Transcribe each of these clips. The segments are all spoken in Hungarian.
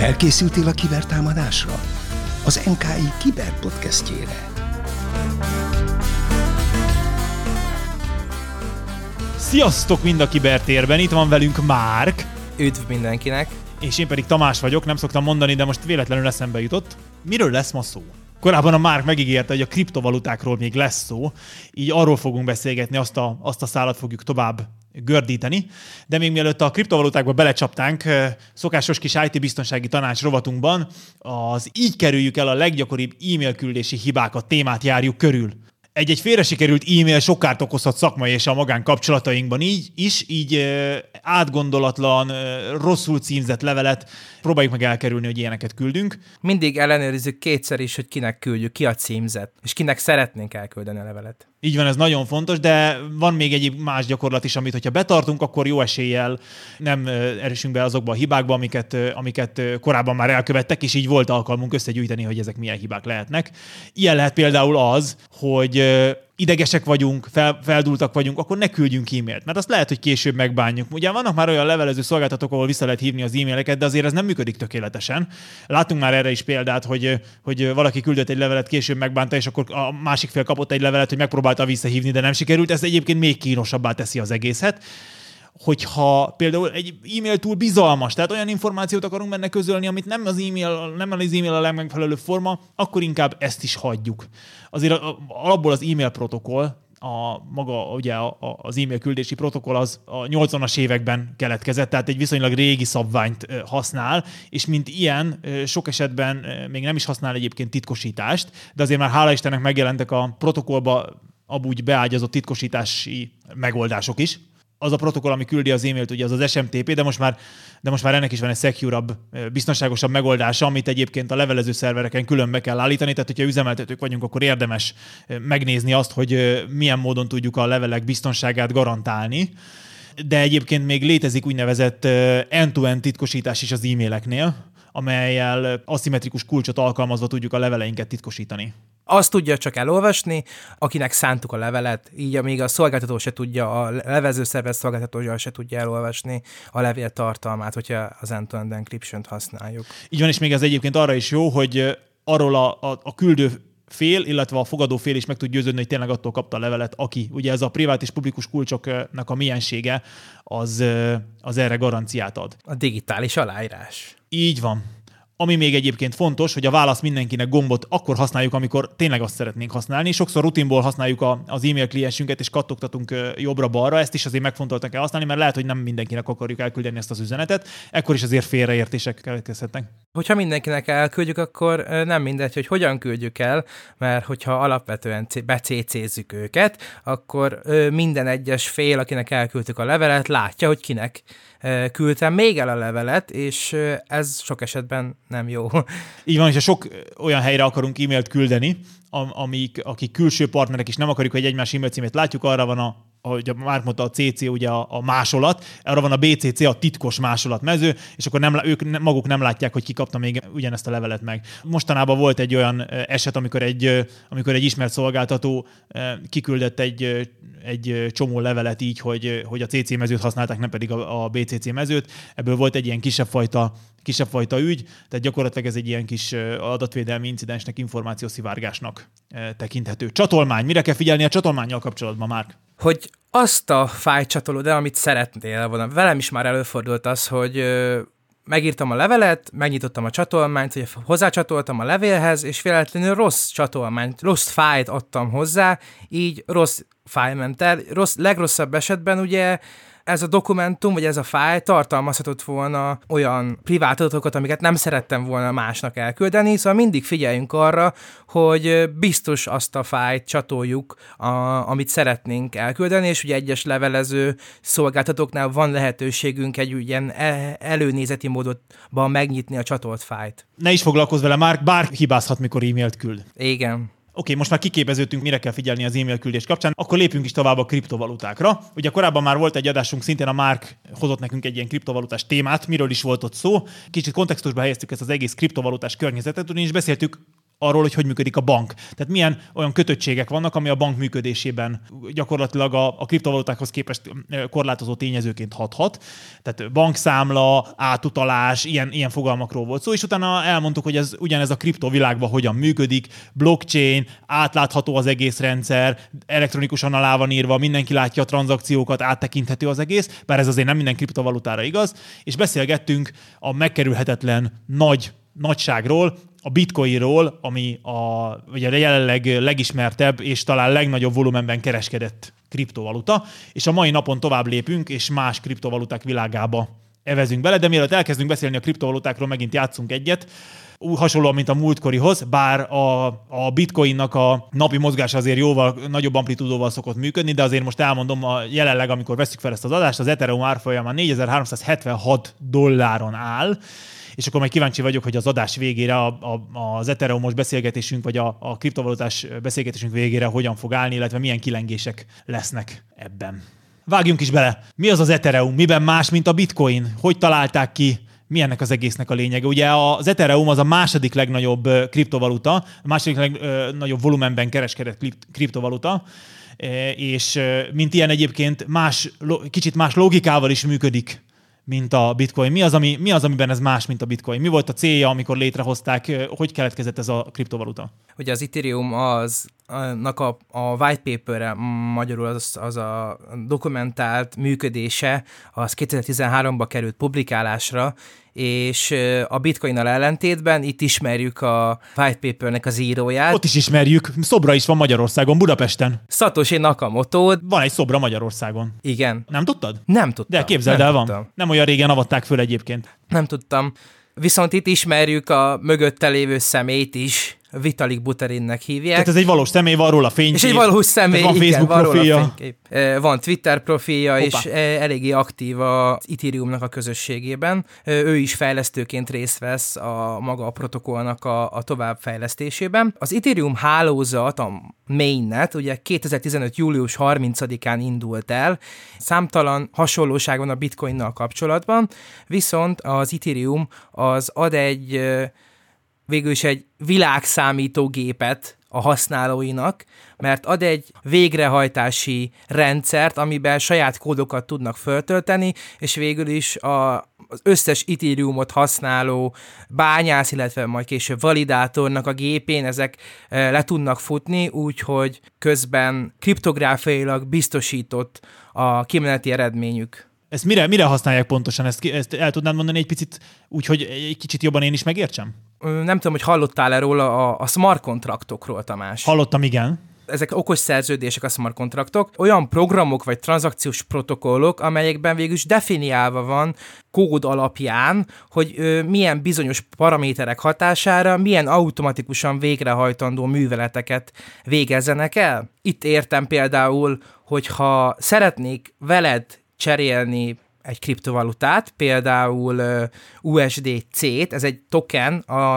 Felkészültél a kibertámadásra? Az NKI Kiberpodcastjére. Sziasztok mind a kibertérben, itt van velünk Márk. Üdv mindenkinek. És én pedig Tamás vagyok, nem szoktam mondani, de most véletlenül eszembe jutott. Miről lesz ma szó? Korábban a Márk megígérte, hogy a kriptovalutákról még lesz szó, így arról fogunk beszélgetni, azt a szálat fogjuk tovább gördíteni. De még mielőtt a kriptovalutákba belecsaptánk, szokásos kis IT-biztonsági tanács rovatunkban az így kerüljük el a leggyakoribb e-mail küldési hibákat témát járjuk körül. Egy félre sikerült e-mail sok kárt okozhat szakmai és a magánkapcsolatainkban így átgondolatlan, rosszul címzett levelet próbáljuk meg elkerülni, hogy ilyeneket küldünk. Mindig ellenőrizzük kétszer is, hogy kinek küldjük, ki a címzet, és kinek szeretnénk elküldeni a levelet. Így van, ez nagyon fontos, de van még egy más gyakorlat is, amit hogyha betartunk, akkor jó eséllyel nem erősünk be azokba a hibákba, amiket korábban már elkövettek, és így volt alkalmunk összegyűjteni, hogy ezek milyen hibák lehetnek. Ilyen lehet például az, hogy idegesek vagyunk, feldúltak vagyunk, akkor ne küldjünk e-mailt, mert azt lehet, hogy később megbánjuk. Ugye vannak már olyan levelező szolgáltatók, ahol vissza lehet hívni az e-maileket, de azért ez nem működik tökéletesen. Látunk már erre is példát, hogy valaki küldött egy levelet, később megbánta, és akkor a másik fél kapott egy levelet, hogy megpróbálta visszahívni, de nem sikerült. Ez egyébként még kínosabbá teszi az egészet. Hogyha például egy e-mail túl bizalmas, tehát olyan információt akarunk benne közölni, amit nem az e-mail a legmegfelelőbb forma, akkor inkább ezt is hagyjuk. Azért alapból az e-mail protokoll, az e-mail küldési protokoll az a 80-as években keletkezett, tehát egy viszonylag régi szabványt használ, és mint ilyen sok esetben még nem is használ egyébként titkosítást, de azért már hála Istennek megjelentek a protokollba amúgy beágyazott titkosítási megoldások is. Az a protokoll, ami küldi az e-mailt, ugye az az SMTP, de most már ennek is van egy secure-abb, biztonságosabb megoldása, amit egyébként a levelező szervereken külön be kell állítani, tehát hogyha üzemeltetők vagyunk, akkor érdemes megnézni azt, hogy milyen módon tudjuk a levelek biztonságát garantálni. De egyébként még létezik úgynevezett end-to-end titkosítás is az e-maileknél, amellyel aszimmetrikus kulcsot alkalmazva tudjuk a leveleinket titkosítani. Azt tudja csak elolvasni, akinek szántuk a levelet, így amíg a szolgáltató se tudja, a levelezőszerver szolgáltatója se tudja elolvasni a levél tartalmát, hogyha az end-to-end encryption-t használjuk. Így van, és még ez egyébként arra is jó, hogy arról a küldő fél, illetve a fogadó fél is meg tud győződni, hogy tényleg attól kapta a levelet, aki. Ugye ez a privát és publikus kulcsoknak a miensége, az erre garanciát ad. A digitális aláírás. Így van. Ami még egyébként fontos, hogy a válasz mindenkinek gombot akkor használjuk, amikor tényleg azt szeretnénk használni. Sokszor rutinból használjuk az e-mail kliensünket, és kattogtatunk jobbra-balra. Ezt is azért megfontoltak kell használni, mert lehet, hogy nem mindenkinek akarjuk elküldeni ezt az üzenetet. Ekkor is azért félreértések keletkezhetnek. Hogyha mindenkinek elküldjük, akkor nem mindegy, hogy hogyan küldjük el, mert hogyha alapvetően becécézzük őket, akkor minden egyes fél, akinek elküldtük a levelet, látja, hogy kinek küldtem még el a levelet, és ez sok esetben nem jó. Így van, és ha sok olyan helyre akarunk e-mailt küldeni, akik külső partnerek is nem akarjuk, hogy egymás e-mail címét látjuk, arra van ahogy már mondta a CC, ugye a másolat, arra van a BCC, a titkos másolat mező, és akkor ők maguk nem látják, hogy ki kapta még ugyanezt a levelet meg. Mostanában volt egy olyan eset, amikor egy ismert szolgáltató kiküldött egy csomó levelet így, hogy a CC mezőt használták, nem pedig a BCC mezőt. Ebből volt egy ilyen kisebb fajta ügy, tehát gyakorlatilag ez egy ilyen kis adatvédelmi incidensnek, információszivárgásnak tekinthető. Csatolmány. Mire kell figyelni a csatolmánnyal kapcsolatban, Márk? Hogy azt a fájlt csatolod el, amit szeretnél volna. Velem is már előfordult az, hogy megírtam a levelet, megnyitottam a csatolmányt, hogy hozzácsatoltam a levélhez, és véletlenül rossz fájlt adtam hozzá, így rossz fájl ment el. Legrosszabb esetben ugye ez a dokumentum, vagy ez a fájl tartalmazhatott volna olyan privát adatokat, amiket nem szerettem volna másnak elküldeni, szóval mindig figyeljünk arra, hogy biztos azt a fájlt csatoljuk, amit szeretnénk elküldeni, és ugye egyes levelező szolgáltatóknál van lehetőségünk egy ilyen előnézeti módban megnyitni a csatolt fájlt. Ne is foglalkozz vele, Márk, bárki hibázhat, mikor e-mailt küld. Igen. Oké, most már kiképeződtünk, mire kell figyelni az e-mail küldés kapcsán, akkor lépjünk is tovább a kriptovalutákra. Ugye korábban már volt egy adásunk, szintén a Márk hozott nekünk egy ilyen kriptovalutás témát, miről is volt ott szó. Kicsit kontextusba helyeztük ezt az egész kriptovalutás környezetet, ugyanis beszéltük arról, hogy működik a bank. Tehát milyen olyan kötöttségek vannak, ami a bank működésében gyakorlatilag a kriptovalutákhoz képest korlátozó tényezőként hathat. Tehát bankszámla, átutalás, ilyen fogalmakról volt szó, és utána elmondtuk, hogy ugyanez a kriptovilágban hogyan működik, blockchain, átlátható az egész rendszer, elektronikusan alá van írva, mindenki látja a tranzakciókat, áttekinthető az egész, bár ez azért nem minden kriptovalutára igaz, és beszélgettünk a megkerülhetetlen nagyságról, a bitcoinról, ami ugye jelenleg legismertebb és talán legnagyobb volumenben kereskedett kriptovaluta, és a mai napon tovább lépünk, és más kriptovaluták világába evezünk bele, de mielőtt elkezdünk beszélni a kriptovalutákról, megint játszunk egyet, hasonlóan, mint a múltkorihoz, bár a bitcoinnak a napi mozgása azért jóval nagyobb amplitúdóval szokott működni, de azért most elmondom, jelenleg, amikor veszük fel ezt az adást, az Ethereum árfolyama $4376 áll, és akkor majd kíváncsi vagyok, hogy az adás végére, az Ethereumos beszélgetésünk, vagy a kriptovalutás beszélgetésünk végére hogyan fog állni, illetve milyen kilengések lesznek ebben. Vágjunk is bele. Mi az Ethereum? Miben más, mint a Bitcoin? Hogy találták ki? Mi ennek az egésznek a lényege? Ugye az Ethereum az a második legnagyobb kriptovaluta, a második legnagyobb volumenben kereskedett kriptovaluta, és mint ilyen egyébként kicsit más logikával is működik, mint a Bitcoin. Mi az, amiben ez más, mint a Bitcoin? Mi volt a célja, amikor létrehozták? Hogy keletkezett ez a kriptovaluta? Ugye az Ethereum a white paper-re, magyarul az a dokumentált működése, az 2013-ban került publikálásra, és a Bitcoinnal ellentétben itt ismerjük a white papernek az íróját. Ott is ismerjük, szobra is van Magyarországon, Budapesten. Satoshi Nakamoto. Van egy szobra Magyarországon. Igen. Nem tudtad? Nem tudtam. De képzeld el, van. Nem olyan régen avatták föl egyébként. Nem tudtam. Viszont itt ismerjük a mögötte lévő személyt is, Vitalik Buterinnek hívják. Tehát ez egy valós személy, van róla fénykép. És egy valós személy, van Facebook igen, profilja. Van Twitter profilja, Hoppá. és eléggé aktív az Ethereumnak a közösségében. Ő is fejlesztőként részt vesz maga a protokollnak a továbbfejlesztésében. Az Ethereum hálózat, a mainnet, ugye 2015. július 30-án indult el. Számtalan hasonlóság van a Bitcoinnal kapcsolatban, viszont az Ethereum az ad végül is egy világszámítógépet a használóinak, mert ad egy végrehajtási rendszert, amiben saját kódokat tudnak föltölteni, és végül is az összes Ethereumot használó bányász, illetve majd később validátornak a gépén ezek le tudnak futni, úgyhogy közben kriptográfiailag biztosított a kimeneti eredményük. Ezt mire használják pontosan? Ezt el tudnád mondani egy picit, úgyhogy egy kicsit jobban én is megértsem? Nem tudom, hogy hallottál-e róla a smart kontraktokról, Tamás? Hallottam, igen. Ezek okos szerződések, a smart kontraktok, olyan programok vagy tranzakciós protokollok, amelyekben végül is definiálva van kód alapján, hogy milyen bizonyos paraméterek hatására milyen automatikusan végrehajtandó műveleteket végezzenek el. Itt értem például, hogyha szeretnék veled cserélni egy kriptovalutát, például USDC-t, ez egy token,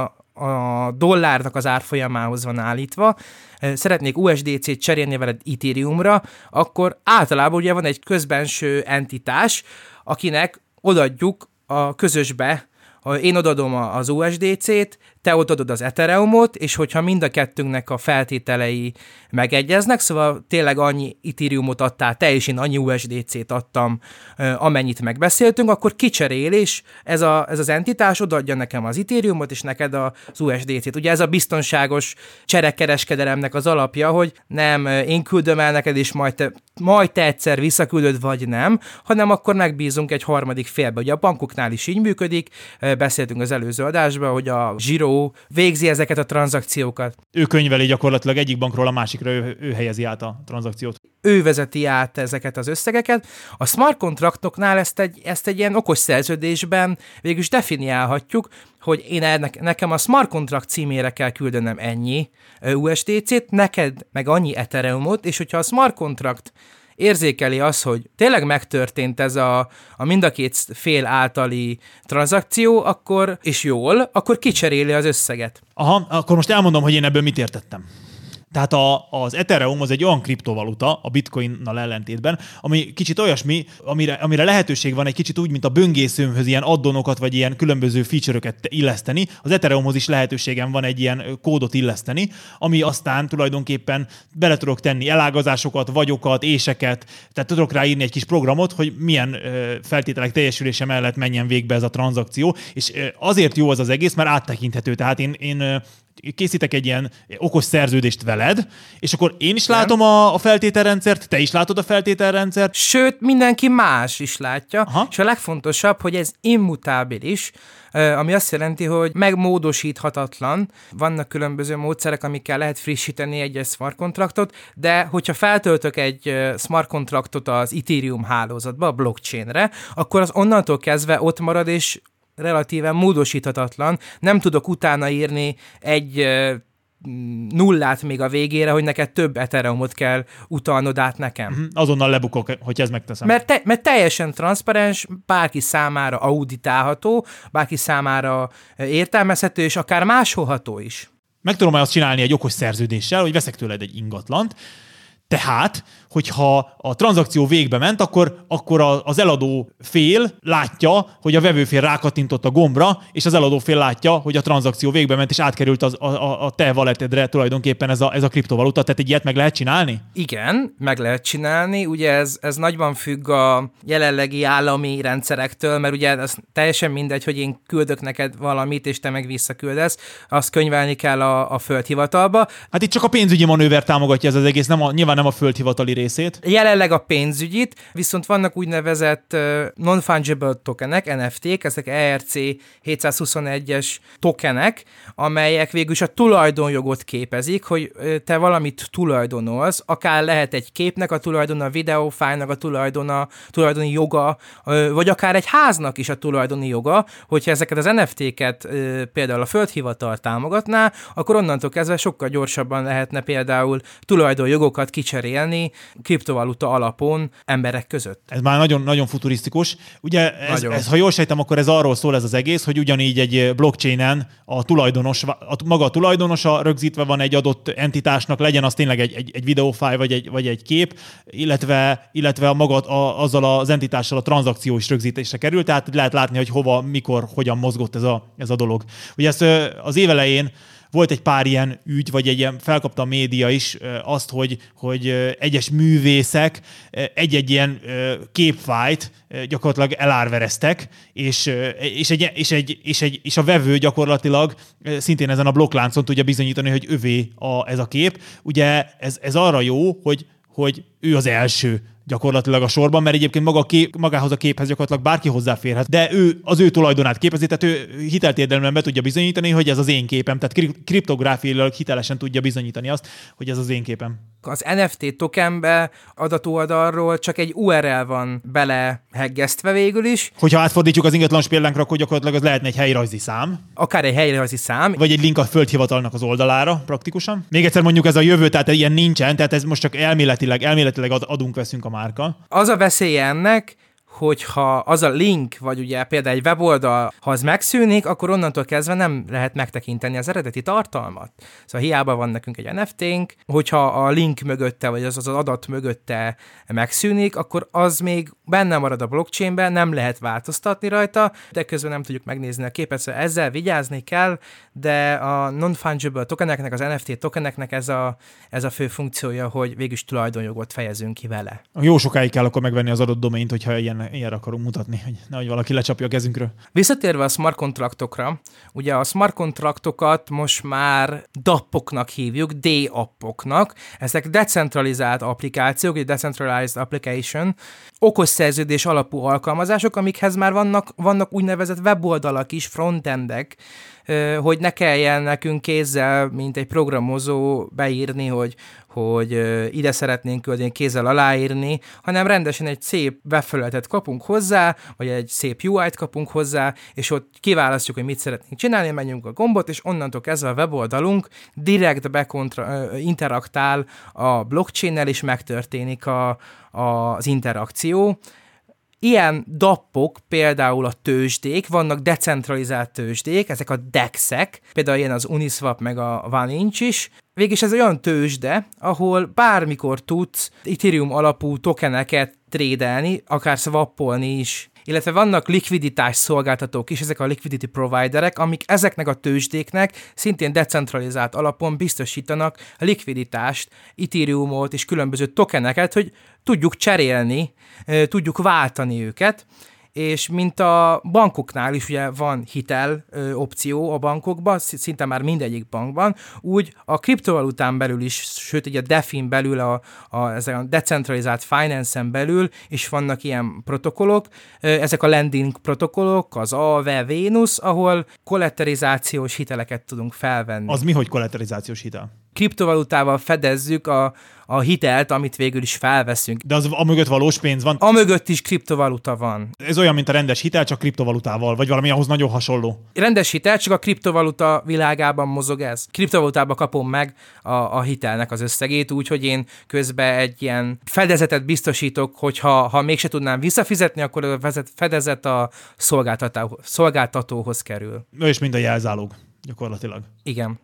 a dollárnak az árfolyamához van állítva, szeretnék USDC-t cserélni veled Ethereumra, akkor általában ugye van egy közbenső entitás, akinek odaadjuk a közösbe, én odadom az USDC-t, te odaadod az Ethereumot, és hogyha mind a kettőnknek a feltételei megegyeznek, szóval tényleg annyi Ethereumot adtál te, és én annyi USDC-t adtam, amennyit megbeszéltünk, akkor kicserél, és ez az entitás odaadja nekem az Ethereumot, és neked az USDC-t. Ugye ez a biztonságos cserekereskedelemnek az alapja, hogy nem én küldöm el neked, és majd te egyszer visszaküldöd, vagy nem, hanem akkor megbízunk egy harmadik félbe. Ugye a bankoknál is így működik, beszéltünk az előző adásban, hogy a Giro végzi ezeket a tranzakciókat. Ő könyveli gyakorlatilag egyik bankról a másikra, ő helyezi át a tranzakciót. Ő vezeti át ezeket az összegeket. A smart kontraktoknál ezt egy ilyen okos szerződésben végülis definiálhatjuk, hogy nekem a smart kontrakt címére kell küldenem ennyi USDC-t, neked meg annyi Ethereumot, és hogyha a smart kontrakt érzékeli azt, hogy tényleg megtörtént ez a mind a két fél általi tranzakció, akkor kicseréli az összeget. Aha, akkor most elmondom, hogy én ebből mit értettem. Tehát az Ethereum az egy olyan kriptovaluta, a Bitcoinnal ellentétben, ami kicsit olyasmi, amire lehetőség van egy kicsit úgy, mint a böngészőmhöz ilyen addonokat, vagy ilyen különböző feature-öket illeszteni. Az Ethereumhoz is lehetőségem van egy ilyen kódot illeszteni, ami aztán tulajdonképpen bele tudok tenni elágazásokat, vagyokat, éseket, tehát tudok ráírni egy kis programot, hogy milyen feltételek teljesülése mellett menjen végbe ez a tranzakció, és azért jó az egész, mert áttekinthető. Tehát én készítek egy ilyen okos szerződést veled, és akkor én is látom a feltételrendszert, te is látod a feltételrendszert. Sőt, mindenki más is látja, Aha. És a legfontosabb, hogy ez immutábilis, ami azt jelenti, hogy megmódosíthatatlan. Vannak különböző módszerek, amikkel lehet frissíteni egy smart kontraktot, de hogyha feltöltök egy smart kontraktot az Ethereum hálózatba, a blockchainre, akkor az onnantól kezdve ott marad, és relatíven módosíthatatlan. Nem tudok utána írni egy nullát még a végére, hogy neked több Ethereumot kell utalnod át nekem. Azonnal lebukok, hogy ezt megteszem. Mert teljesen transzparens, bárki számára auditálható, bárki számára értelmezhető, és akár másolható is. Meg tudom azt csinálni egy okos szerződéssel, hogy veszek tőled egy ingatlant, tehát, hogyha a tranzakció végbe ment, akkor az eladó fél látja, hogy a vevőfél rákattintott a gombra, és az eladó fél látja, hogy a tranzakció végbe ment, és átkerült a te walletedre tulajdonképpen ez a kriptovaluta. Tehát egy ilyet meg lehet csinálni? Igen, meg lehet csinálni. Ugye ez nagyban függ a jelenlegi állami rendszerektől, mert ugye ez teljesen mindegy, hogy én küldök neked valamit, és te meg visszaküldesz. Azt könyvelni kell a földhivatalba. Hát itt csak a pénzügyi manőver támogatja ez az egész, nyilván nem a földhivatali részét. Jelenleg a pénzügyit, viszont vannak úgynevezett non-fungible tokenek, NFT-k, ezek ERC 721-es tokenek, amelyek végülis a tulajdonjogot képezik, hogy te valamit tulajdonolsz, akár lehet egy képnek a tulajdona, a videófájlnak a tulajdoni joga, vagy akár egy háznak is a tulajdoni joga, hogyha ezeket az NFT-ket például a földhivatal támogatná, akkor onnantól kezdve sokkal gyorsabban lehetne például tulajdonjogokat kicserélni kriptovaluta alapon emberek között. Ez már nagyon, nagyon futurisztikus. Ugye ha jól sejtem, akkor ez arról szól ez az egész, hogy ugyanígy egy blockchainen maga a tulajdonosa rögzítve van egy adott entitásnak, legyen az tényleg egy videófájl vagy egy kép, illetve azzal az entitással a tranzakció is rögzítésre kerül, tehát lehet látni, hogy hova, mikor, hogyan mozgott ez a dolog. Ugye ezt az évelején volt egy pár ilyen ügy, vagy egy ilyen felkapta a média is azt, hogy egyes művészek egy-egy ilyen képfájlt gyakorlatilag elárvereztek, és a vevő gyakorlatilag szintén ezen a blokkláncon tudja bizonyítani, hogy övé ez a kép. Ugye ez arra jó, hogy ő az első gyakorlatilag a sorban, mert egyébként magához a képhez gyakorlatilag bárki hozzáférhet, de ő az ő tulajdonát képezi, tehát ő hitelt érdemben be tudja bizonyítani, hogy ez az én képem, tehát kriptográfiailag hitelesen tudja bizonyítani azt, hogy ez az én képem. Az NFT tokenbe adatóldalról csak egy URL van beleheggesztve végül is. Hogyha átfordítjuk az ingatlanos példánkra, akkor gyakorlatilag az lehetne egy helyrajzi szám. Akár egy helyrajzi szám. Vagy egy link a földhivatalnak az oldalára praktikusan. Még egyszer mondjuk ez a jövő, tehát ilyen nincsen, tehát ez most csak elméletileg adunk-veszünk a márka. Az a veszélye ennek, hogyha az a link, vagy ugye például egy weboldal, ha az megszűnik, akkor onnantól kezdve nem lehet megtekinteni az eredeti tartalmat. Szóval hiába van nekünk egy NFT-nk, hogyha a link mögötte, vagy az adat mögötte megszűnik, akkor az még benne marad a blockchainben, nem lehet változtatni rajta, de közben nem tudjuk megnézni a képet, szóval ezzel vigyázni kell, de a non-fungible tokeneknek, az NFT tokeneknek ez a fő funkciója, hogy végülis tulajdonjogot fejezünk ki vele. Jó sokáig kell akkor megvenni az adott domaint, hogyha ilyenre akarunk mutatni, hogy nehogy valaki lecsapja a kezünkről. Visszatérve a smart kontraktokra, ugye a smart kontraktokat most már DApp-oknak hívjuk, D-appoknak. Ezek decentralizált applikációk, vagy decentralized application, okos szerződés alapú alkalmazások, amikhez már vannak úgynevezett weboldalak is, frontendek, hogy ne kelljen nekünk kézzel, mint egy programozó beírni, hogy ide szeretnénk küldeni, kézzel aláírni, hanem rendesen egy szép webfelületet kapunk hozzá, vagy egy szép UI-t kapunk hozzá, és ott kiválasztjuk, hogy mit szeretnénk csinálni, menjünk a gombot, és onnantól kezdve a weboldalunk direkt interaktál a blockchain-nel, és megtörténik az interakció. Ilyen dappok, például a tőzsdék, vannak decentralizált tőzsdék, ezek a DEX-ek, például ilyen az Uniswap meg a OneInch is. Végülis ez olyan tőzsde, ahol bármikor tudsz Ethereum alapú tokeneket trédelni, akár swappolni is. Illetve vannak likviditás szolgáltatók is, ezek a liquidity providerek, amik ezeknek a tőzsdéknek szintén decentralizált alapon biztosítanak a likviditást, Ethereumot és különböző tokeneket, hogy tudjuk cserélni, tudjuk váltani őket, és mint a bankoknál is ugye van hitel opció a bankokban, szinte már mindegyik bankban, úgy a kriptovalután belül is, sőt ugye a DeFi-n belül, ezek a decentralizált finance-en belül is vannak ilyen protokollok, ezek a lending protokollok, az AAV Venus, ahol kollaterizációs hiteleket tudunk felvenni. Az mi, hogy kollaterizációs hitel? Kriptovalutával fedezzük a hitelt, amit végül is felveszünk. De az amögött valós pénz van? Amögött is kriptovaluta van. Ez olyan, mint a rendes hitel, csak kriptovalutával, vagy valami ahhoz nagyon hasonló. Rendes hitel, csak a kriptovaluta világában mozog ez. Kriptovalutában kapom meg a hitelnek az összegét, úgyhogy én közben egy ilyen fedezetet biztosítok, hogy ha mégse tudnám visszafizetni, akkor a fedezet a szolgáltatóhoz kerül. És mind a jelzálog, gyakorlatilag. Igen.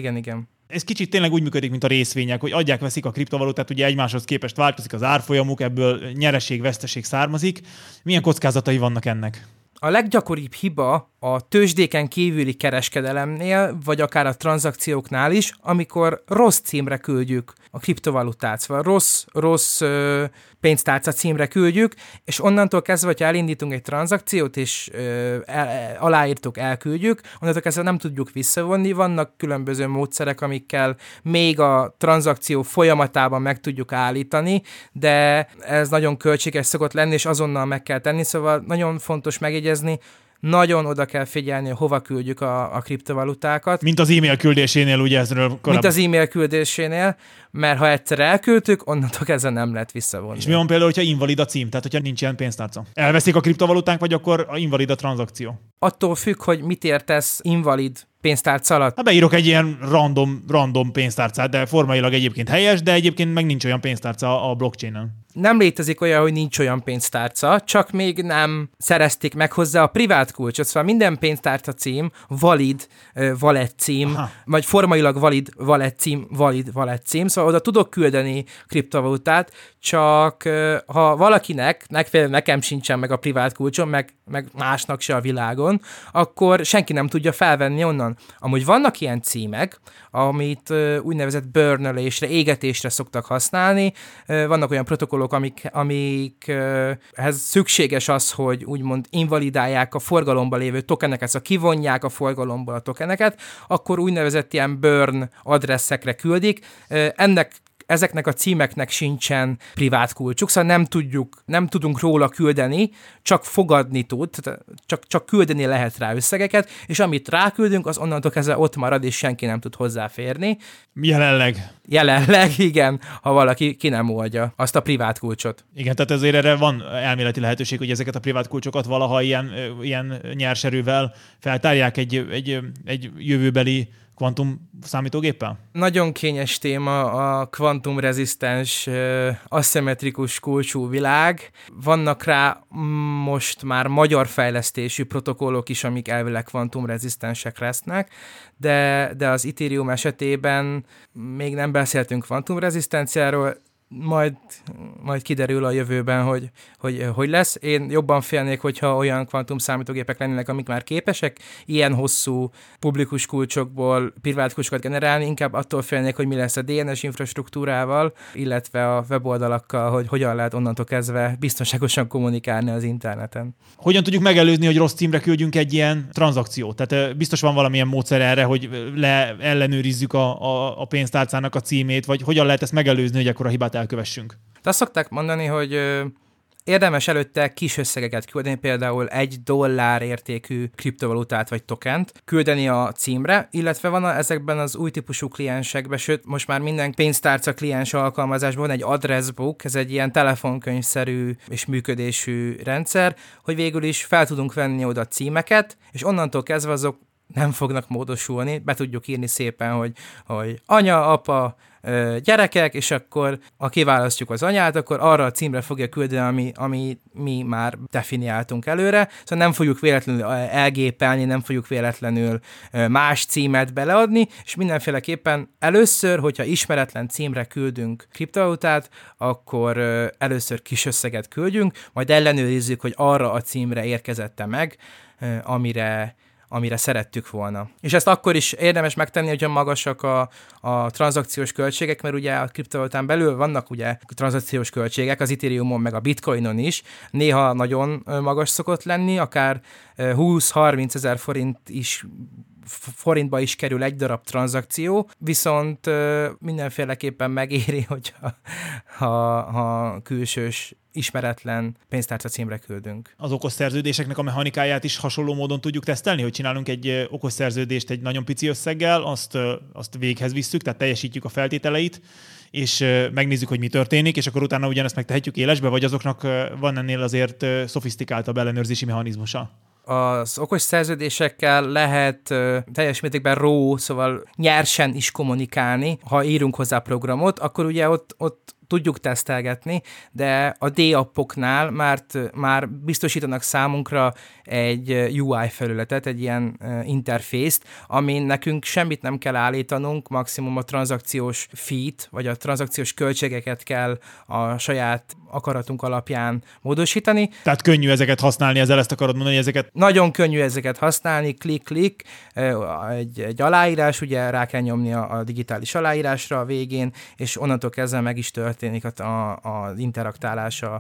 Ez kicsit tényleg úgy működik, mint a részvények, hogy adják-veszik a kriptovalutát, ugye egymáshoz képest változik az árfolyamuk, ebből nyereség-veszteség származik. Milyen kockázatai vannak ennek? A leggyakoribb hiba a tőzsdéken kívüli kereskedelemnél, vagy akár a tranzakcióknál is, amikor rossz címre küldjük a kriptovalutát, szóval rossz pénztárca címre küldjük, és onnantól kezdve, hogyha elindítunk egy tranzakciót, és aláírtuk, elküldjük, onnantól kezdve nem tudjuk visszavonni, vannak különböző módszerek, amikkel még a tranzakció folyamatában meg tudjuk állítani, de ez nagyon költséges szokott lenni, és azonnal meg kell tenni, szóval nagyon fontos megjegyezni, nagyon oda kell figyelni, hova küldjük a kriptovalutákat. Mint az e-mail küldésénél, ugye ezről korábban. Mint az e-mail küldésénél, mert ha egyszer elküldtük, onnantól kezdve nem lehet visszavonni. És mi van például, hogyha invalid a cím, tehát hogyha nincs ilyen pénztárca? Elveszik a kriptovalutánk, vagy akkor invalid a tranzakció? Attól függ, hogy mit értesz invalid pénztárca alatt. Beírok egy ilyen random pénztárcát, de formailag egyébként helyes, de egyébként meg nincs olyan pénztárca a blockchainen. Nem létezik olyan, hogy nincs olyan pénztárca, csak még nem szerezték meg hozzá a privát kulcsot. Szóval minden pénztárca cím valid wallet cím, vagy formailag valid wallet cím, szóval oda tudok küldeni kriptovalutát, csak ha valakinek, nekem sincsen meg a privát kulcsom, meg másnak se a világon, akkor senki nem tudja felvenni onnan. Amúgy vannak ilyen címek, amit úgynevezett burnölésre, égetésre szoktak használni, vannak olyan protokollok, amikhez szükséges az, hogy úgymond invalidálják a forgalomban lévő tokeneket, szóval kivonják a forgalomból a tokeneket, akkor úgynevezett ilyen burn adresszekre küldik. Ezeknek a címeknek sincsen privát kulcsuk, szóval nem tudunk róla küldeni, csak fogadni tud, csak küldeni lehet rá összegeket, és amit ráküldünk, az onnantól kezdve ott marad, és senki nem tud hozzáférni. Jelenleg, igen, ha valaki ki nem oldja azt a privát kulcsot. Igen, tehát ezért erre van elméleti lehetőség, hogy ezeket a privát kulcsokat valaha ilyen nyerserővel feltárják egy jövőbeli kvantum számítógéppel? Nagyon kényes téma a kvantumrezisztens, aszimmetrikus kulcsú világ. Vannak rá most már magyar fejlesztésű protokollok is, amik elvileg kvantumrezisztensek lesznek, de az Ethereum esetében még nem beszéltünk kvantumrezisztenciáról, majd kiderül a jövőben, hogy lesz. Én jobban félnék, hogyha olyan kvantum számítógépek lennének, amik már képesek ilyen hosszú publikus kulcsokból privát kulcsokat generálni, inkább attól félnék, hogy mi lesz a DNS infrastruktúrával, illetve a weboldalakkal, hogy hogyan lehet onnantól kezdve biztonságosan kommunikálni az interneten. Hogyan tudjuk megelőzni, hogy rossz címre küldjünk egy ilyen tranzakciót? Tehát biztos van valamilyen módszer erre, hogy ellenőrizzük a pénztárcának a címét, vagy hogyan lehet ezt megelőzni, hogy ekkora hibát elkövessünk? De azt szokták mondani, hogy érdemes előtte kis összegeket küldeni, például $1 értékű kriptovalutát vagy tokent küldeni a címre, illetve van ezekben az új típusú kliensekben, sőt, most már minden pénztárca kliens alkalmazásban van egy addressbook, ez egy ilyen telefonkönyvszerű és működésű rendszer, hogy végül is fel tudunk venni oda címeket, és onnantól kezdve azok nem fognak módosulni, be tudjuk írni szépen, hogy anya, apa, gyerekek, és akkor ha kiválasztjuk az anyát, akkor arra a címre fogja küldeni, ami mi már definiáltunk előre, szóval nem fogjuk véletlenül elgépelni, nem fogjuk véletlenül más címet beleadni, és mindenféleképpen először, hogyha ismeretlen címre küldünk kriptovalutát, akkor először kis összeget küldjünk, majd ellenőrizzük, hogy arra a címre érkezette meg, amire szerettük volna. És ezt akkor is érdemes megtenni, hogyha magasak a tranzakciós költségek, mert ugye a kriptovalután belül vannak ugye tranzakciós költségek, az Ethereumon meg a Bitcoinon is, néha nagyon magas szokott lenni, akár 20-30 ezer forintba is kerül egy darab tranzakció, viszont mindenféleképpen megéri, ha külsős ismeretlen pénztárca címre küldünk. Az okos szerződéseknek a mechanikáját is hasonló módon tudjuk tesztelni, hogy csinálunk egy okos szerződést egy nagyon pici összeggel, azt véghez visszük, tehát teljesítjük a feltételeit, és megnézzük, hogy mi történik, és akkor utána ugyanezt megtehetjük élesbe, vagy azoknak van ennél azért szofisztikáltabb ellenőrzési mechanizmusa? Az okos szerződésekkel lehet teljes mértékben szóval nyersen is kommunikálni. Ha írunk hozzá programot, akkor ugye ott tudjuk tesztelgetni, de a D-appoknál már biztosítanak számunkra egy UI felületet, egy ilyen interfészt, amin nekünk semmit nem kell állítanunk, maximum a tranzakciós feet, vagy a tranzakciós költségeket kell a saját akaratunk alapján módosítani. Tehát könnyű ezeket használni, ezzel ezt akarod mondani, ezeket? Nagyon könnyű ezeket használni, klik, egy aláírás, ugye rá kell nyomni a digitális aláírásra a végén, és onnantól kezdve meg is történik az interaktálás a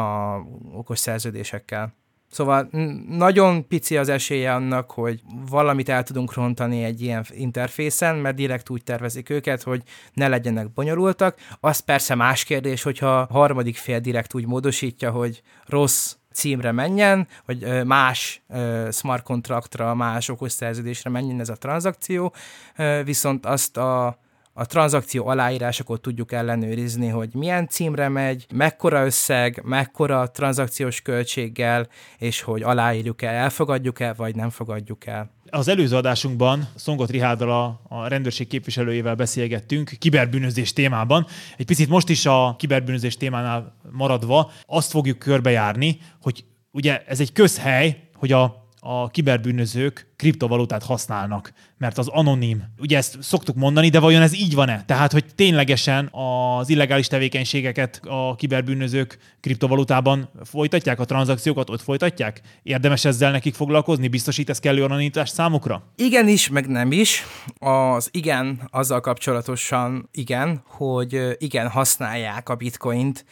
okos szerződésekkel. Szóval nagyon pici az esélye annak, hogy valamit el tudunk rontani egy ilyen interfészen, mert direkt úgy tervezik őket, hogy ne legyenek bonyolultak. Az persze más kérdés, hogyha a harmadik fél direkt úgy módosítja, hogy rossz címre menjen, vagy más smart contractra, más okos szerződésre menjen ez a tranzakció, viszont azt a tranzakció aláírásakor tudjuk ellenőrizni, hogy milyen címre megy, mekkora összeg, mekkora tranzakciós költséggel, és hogy aláírjuk-e, elfogadjuk-e, vagy nem fogadjuk el. Az előző adásunkban Szongot Richárddal, a rendőrség képviselőjével beszélgettünk kiberbűnözés témában. Egy picit most is a kiberbűnözés témánál maradva azt fogjuk körbejárni, hogy ugye ez egy közhely, hogy a kiberbűnözők kriptovalutát használnak, mert az anonim. Ugye ezt szoktuk mondani, de vajon ez így van-e? Tehát, hogy ténylegesen az illegális tevékenységeket a kiberbűnözők kriptovalutában folytatják, a tranzakciókat ott folytatják? Érdemes ezzel nekik foglalkozni? Biztosít ez kellő anonimitást számukra? Igen is, meg nem is. Az igen, azzal kapcsolatosan igen, hogy igen, használják a bitcoint,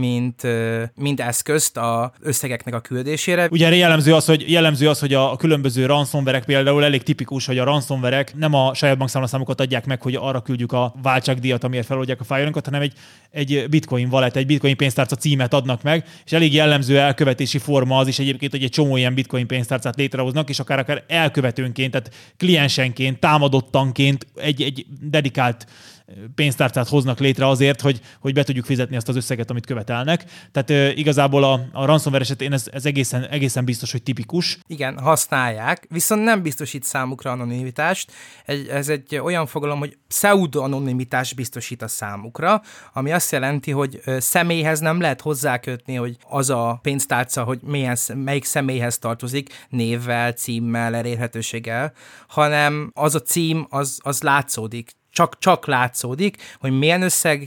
mint eszközt az összegeknek a küldésére. Ugye jellemző az, hogy a különböző ransomware-ek például elég tipikus, hogy a ransomware-ek nem a saját bankszámlaszámokat adják meg, hogy arra küldjük a váltságdíjat, amiért feloldják a fájlunkat, hanem egy bitcoin wallet, egy bitcoin pénztárca címet adnak meg, és elég jellemző elkövetési forma az is egyébként, hogy egy csomó ilyen bitcoin pénztárcát létrehoznak, és akár elkövetőnként, tehát kliensenként, támadottanként egy dedikált pénztárcát hoznak létre azért, hogy be tudjuk fizetni azt az összeget, amit követelnek. Tehát igazából a ransomware esetén ez egészen biztos, hogy tipikus. Igen, használják, viszont nem biztosít számukra anonimitást. Ez egy olyan fogalom, hogy pseudo-anonimitást biztosít a számukra, ami azt jelenti, hogy személyhez nem lehet hozzákötni, hogy az a pénztárca, hogy melyik személyhez tartozik, névvel, címmel, elérhetőséggel, hanem az a cím, az látszódik. Csak látszódik, hogy milyen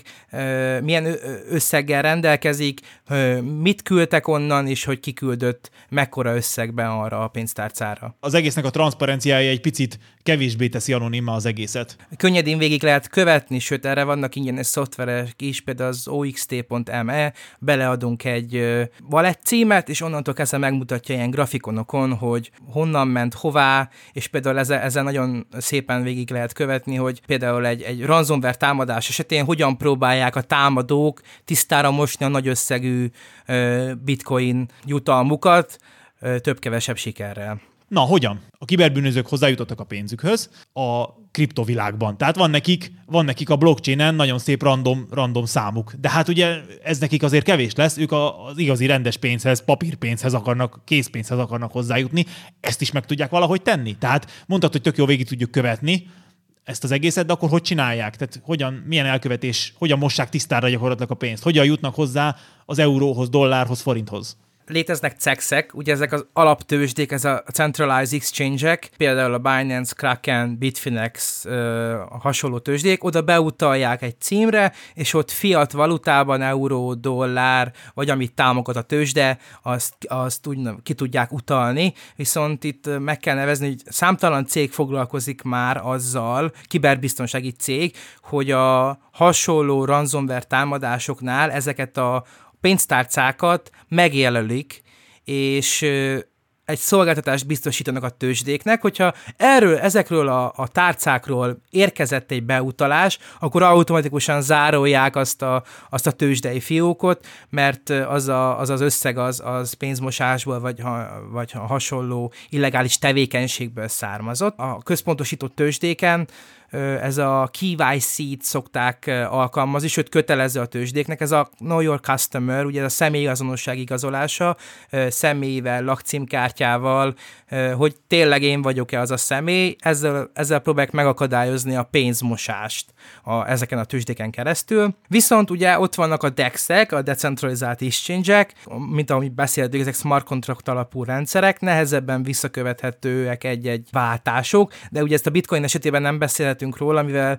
összeggel rendelkezik, mit küldtek onnan, és hogy kiküldött mekkora összegben arra a pénztárcára. Az egésznek a transzparenciája egy picit kevésbé teszi anonimmá az egészet. Könnyedén végig lehet követni, sőt erre vannak ingyenes szoftverek is, például az oxt.me, beleadunk egy wallet címet, és onnantól kezdve megmutatja ilyen grafikonokon, hogy honnan ment, hová, és például ezzel nagyon szépen végig lehet követni, hogy például egy ransomware támadás esetén hogyan próbálják a támadók tisztára mosni a nagy összegű bitcoin jutalmukat több-kevesebb sikerrel. Na, hogyan? A kiberbűnözők hozzájutottak a pénzükhöz a kriptovilágban. Tehát van nekik a blockchainen nagyon szép random számuk. De hát ugye ez nekik azért kevés lesz, ők az igazi rendes pénzhez, papírpénzhez készpénzhez akarnak hozzájutni. Ezt is meg tudják valahogy tenni. Tehát mondtad, hogy tök jó végig tudjuk követni ezt az egészet, de akkor hogy csinálják? Tehát milyen elkövetés, hogyan mossák tisztára gyakorlatilag a pénzt? Hogyan jutnak hozzá az euróhoz, dollárhoz, forinthoz? Léteznek CEX-ek, ugye ezek az alaptőzsdék, ez a Centralized Exchange-ek, például a Binance, Kraken, Bitfinex, hasonló tőzsdék, oda beutalják egy címre, és ott fiat valutában, euró, dollár, vagy amit támogat a tőzsde, azt úgy ki tudják utalni, viszont itt meg kell nevezni, hogy számtalan cég foglalkozik már azzal, kiberbiztonsági cég, hogy a hasonló ransomware támadásoknál ezeket a pénztárcákat megjelölik, és egy szolgáltatást biztosítanak a tőzsdéknek, hogyha ezekről a tárcákról érkezett egy beutalás, akkor automatikusan zárolják azt a tőzsdei fiókot, mert az összeg az pénzmosásból vagy hasonló illegális tevékenységből származott. A központosított tőzsdéken ez a KYC-t szokták alkalmazni, sőt kötelező a tőzsdéknek, ez a Know Your Customer, ugye ez a személyazonosság igazolása, személyvel, lakcímkártyával, hogy tényleg én vagyok-e az a személy, ezzel próbálják megakadályozni a pénzmosást ezeken a tőzsdéken keresztül. Viszont ugye ott vannak a DEX-ek, a Decentralized Exchange-ek, mint ahogy beszéltük, ezek smart contract alapú rendszerek, nehezebben visszakövethetőek egy váltások, de ugye ezt a Bitcoin esetében nem beszélhetünk róla, mivel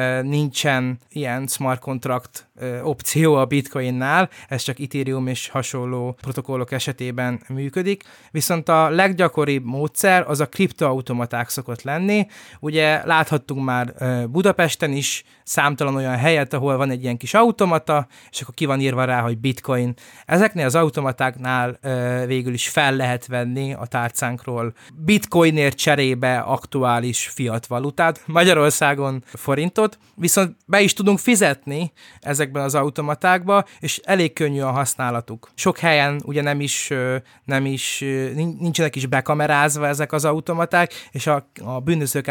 nincsen ilyen smart contract opció a Bitcoinnál, ez csak Ethereum és hasonló protokollok esetében működik, viszont a leggyakoribb módszer az a kriptoautomaták szokott lenni. Ugye láthattunk már Budapesten is számtalan olyan helyet, ahol van egy ilyen kis automata, és akkor ki van írva rá, hogy Bitcoin. Ezeknél az automatáknál végül is fel lehet venni a tárcánkról Bitcoinért cserébe aktuális fiat valutát, Magyarországon forintot, viszont be is tudunk fizetni ezekben az automatákba, és elég könnyű a használatuk. Sok helyen ugye nincsenek is bekamerázva ezek az automaták, és a bűnözők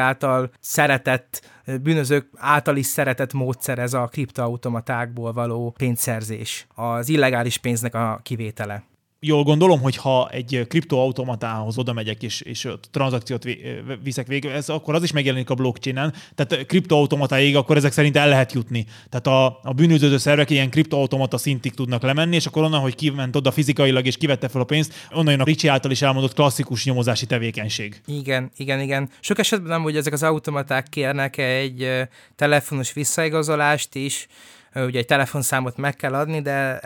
által is szeretett módszer ez a kriptoautomatákból való pénzszerzés, az illegális pénznek a kivétele. Jól gondolom, hogy ha egy kriptoautomatához oda megyek és tranzakciót viszek végül, akkor az is megjelenik a blockchainen, tehát kriptoautomatáig akkor ezek szerint el lehet jutni. Tehát a bűnöző szervek ilyen kriptoautomata szintig tudnak lemenni, és akkor onnan, hogy kiment oda fizikailag és kivette fel a pénzt, onnan jön a Ricsi által is elmondott klasszikus nyomozási tevékenység. Igen. Sok esetben nem, hogy ezek az automaták kérnek egy telefonos visszaigazolást is, ugye egy telefonszámot meg kell adni, de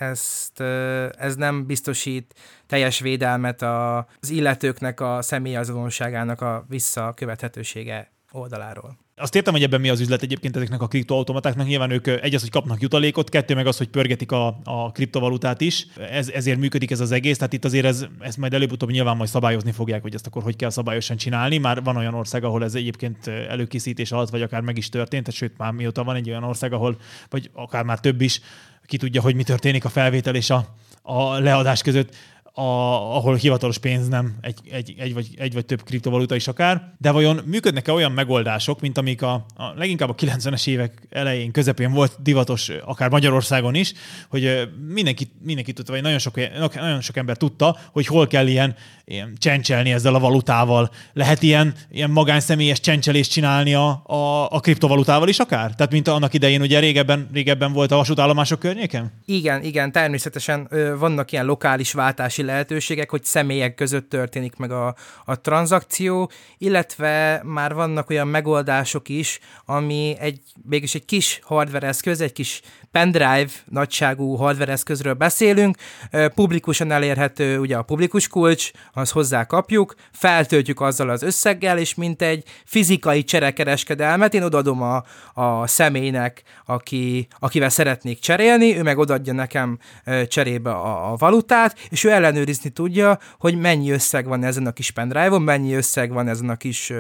ez nem biztosít teljes védelmet az illetőknek a személyazonosságának a visszakövethetősége oldaláról. Azt értem, hogy ebben mi az üzlet egyébként ezeknek a kriptoautomatáknak. Nyilván ők az, hogy kapnak jutalékot, kettő meg az, hogy pörgetik a kriptovalutát is. Ezért működik ez az egész. Tehát itt azért ezt majd előbb-utóbb nyilván majd szabályozni fogják, hogy ezt akkor hogy kell szabályosan csinálni. Már van olyan ország, ahol ez egyébként előkészítés alatt, vagy akár meg is történt. Tehát, sőt, már mióta van egy olyan ország, ahol, vagy akár már több is, ki tudja, hogy mi történik a felvétel és a leadás között, ahol hivatalos pénz nem, egy vagy több kriptovaluta is akár. De vajon működnek-e olyan megoldások, mint amik leginkább a 90-es évek elején, közepén volt divatos, akár Magyarországon is, hogy mindenki tudta, vagy nagyon sok ember tudta, hogy hol kell ilyen csencselni ezzel a valutával. Lehet ilyen magánszemélyes csencselést csinálni a kriptovalutával is akár? Tehát mint annak idején ugye régebben volt a vasútállomások környéken? Igen, természetesen vannak ilyen lokális váltási lehetőségek, hogy személyek között történik meg a tranzakció, illetve már vannak olyan megoldások is, ami mégis egy kis hardware eszköz, egy kis pendrive nagyságú hardware eszközről beszélünk, publikusan elérhető ugye a publikus kulcs, azt hozzá kapjuk, feltöltjük azzal az összeggel, és mint egy fizikai cserekereskedelmet én odaadom a személynek, akivel szeretnék cserélni, ő meg odaadja nekem cserébe a valutát, és ő ellenőrizni tudja, hogy mennyi összeg van ezen a kis pendrive-on, mennyi összeg van ezen a kis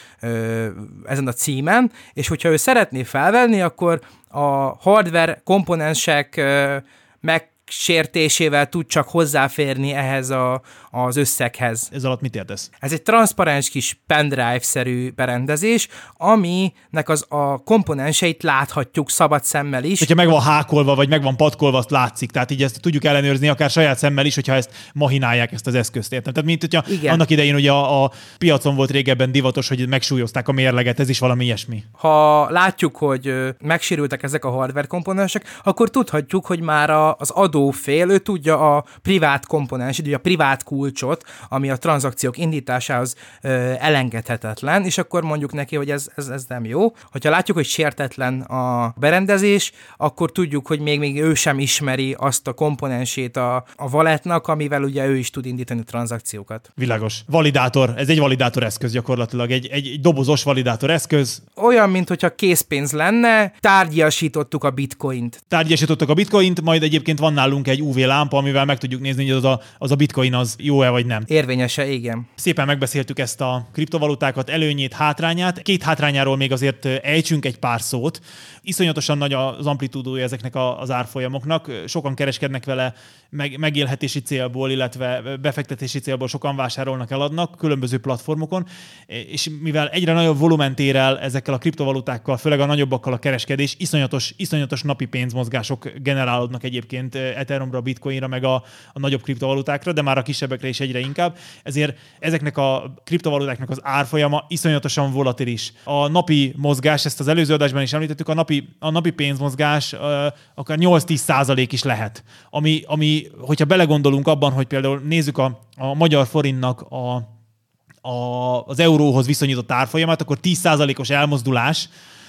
ezen a címen, és hogyha ő szeretné felvenni, akkor a hardware komponensek megsértésével tud csak hozzáférni ehhez az összeghez. Ez alatt mit értesz? Ez egy transzparens kis pendrive-szerű berendezés, aminek a komponenseit láthatjuk szabad szemmel is. Hogyha meg van hákolva, vagy meg van patkolva, azt látszik. Tehát így ezt tudjuk ellenőrizni akár saját szemmel is, hogyha ezt mahinálják, ezt az eszközt. Értem? Tehát mint hogyha annak idején ugye a piacon volt régebben divatos, hogy megsúlyozták a mérleget, ez is valami ilyesmi. Ha látjuk, hogy megsérültek ezek a hardware komponensek, akkor tudhatjuk, hogy már az adófél, ő tudja a privát komponenset, ugye a privát kulcsot, ami a tranzakciók indításához elengedhetetlen, és akkor mondjuk neki, hogy ez nem jó. Hogyha látjuk, hogy sértetlen a berendezés, akkor tudjuk, hogy még ő sem ismeri azt a komponensét a walletnak, amivel ugye ő is tud indítani tranzakciókat. Világos. Validátor, ez egy validátor eszköz gyakorlatilag, egy dobozos validátor eszköz. Olyan, mintha készpénz lenne, tárgyasítottuk a bitcoint. Tárgyasítottuk a bitcoint, majd egyébként van nálunk egy UV lámpa, amivel meg tudjuk nézni, hogy az a bitcoin az jó-e vagy nem. Érvényese, igen. Szépen megbeszéltük ezt a kriptovalutákat, előnyét, hátrányát. Két hátrányáról még azért ejtsünk egy pár szót. Iszonyatosan nagy az amplitúdója ezeknek az árfolyamoknak. Sokan kereskednek vele megélhetési célból, illetve befektetési célból sokan vásárolnak, eladnak különböző platformokon, és mivel egyre nagyobb volument ér el ezekkel a kriptovalutákkal, főleg a nagyobbakkal a kereskedés, iszonyatos napi pénzmozgások generálódnak egyébként Ethereumra, Bitcoinra, meg a nagyobb kriptovalutákra, de már a kisebbekre is egyre inkább. Ezért ezeknek a kriptovalutáknak az árfolyama iszonyatosan volatilis. A napi mozgás, ezt az előző adásban is említettük, a napi pénzmozgás akár 8-10% is lehet. Ami, hogyha belegondolunk abban, hogy például nézzük a magyar forintnak az euróhoz viszonyított árfolyamát, akkor 10%-os elmozdulás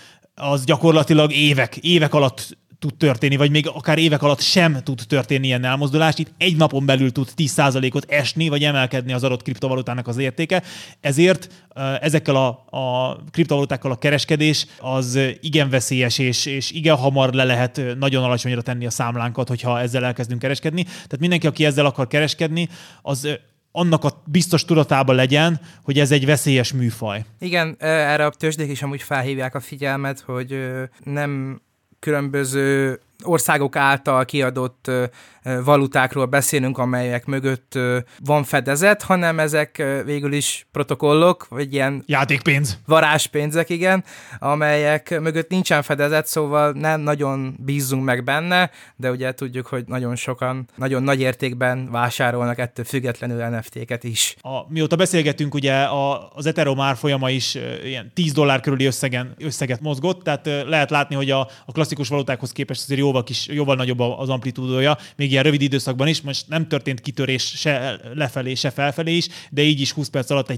az gyakorlatilag évek alatt tud történni, vagy még akár évek alatt sem tud történni ilyen elmozdulás. Itt egy napon belül tud 10%-ot esni, vagy emelkedni az adott kriptovalutának az értéke. Ezért ezekkel a kriptovalutákkal a kereskedés az igen veszélyes, és igen hamar le lehet nagyon alacsonyra tenni a számlánkat, hogyha ezzel elkezdünk kereskedni. Tehát mindenki, aki ezzel akar kereskedni, az annak a biztos tudatában legyen, hogy ez egy veszélyes műfaj. Igen, erre a tőzsdék is amúgy felhívják a figyelmet, hogy nem különböző országok által kiadott valutákról beszélünk, amelyek mögött van fedezet, hanem ezek végül is protokollok, vagy ilyen játékpénz. Varázspénzek, igen, amelyek mögött nincsen fedezet, szóval nem nagyon bízzunk meg benne, de ugye tudjuk, hogy nagyon sokan nagyon nagy értékben vásárolnak ettől függetlenül NFT-ket is. Mióta beszélgetünk, ugye az Ethereum árfolyama is ilyen $10 körüli összeget mozgott, tehát lehet látni, hogy a klasszikus valutákhoz képest azért jóval nagyobb az amplitúdója, még ilyen rövid időszakban is, most nem történt kitörés se lefelé, se felfelé is, de így is 20 perc alatt egy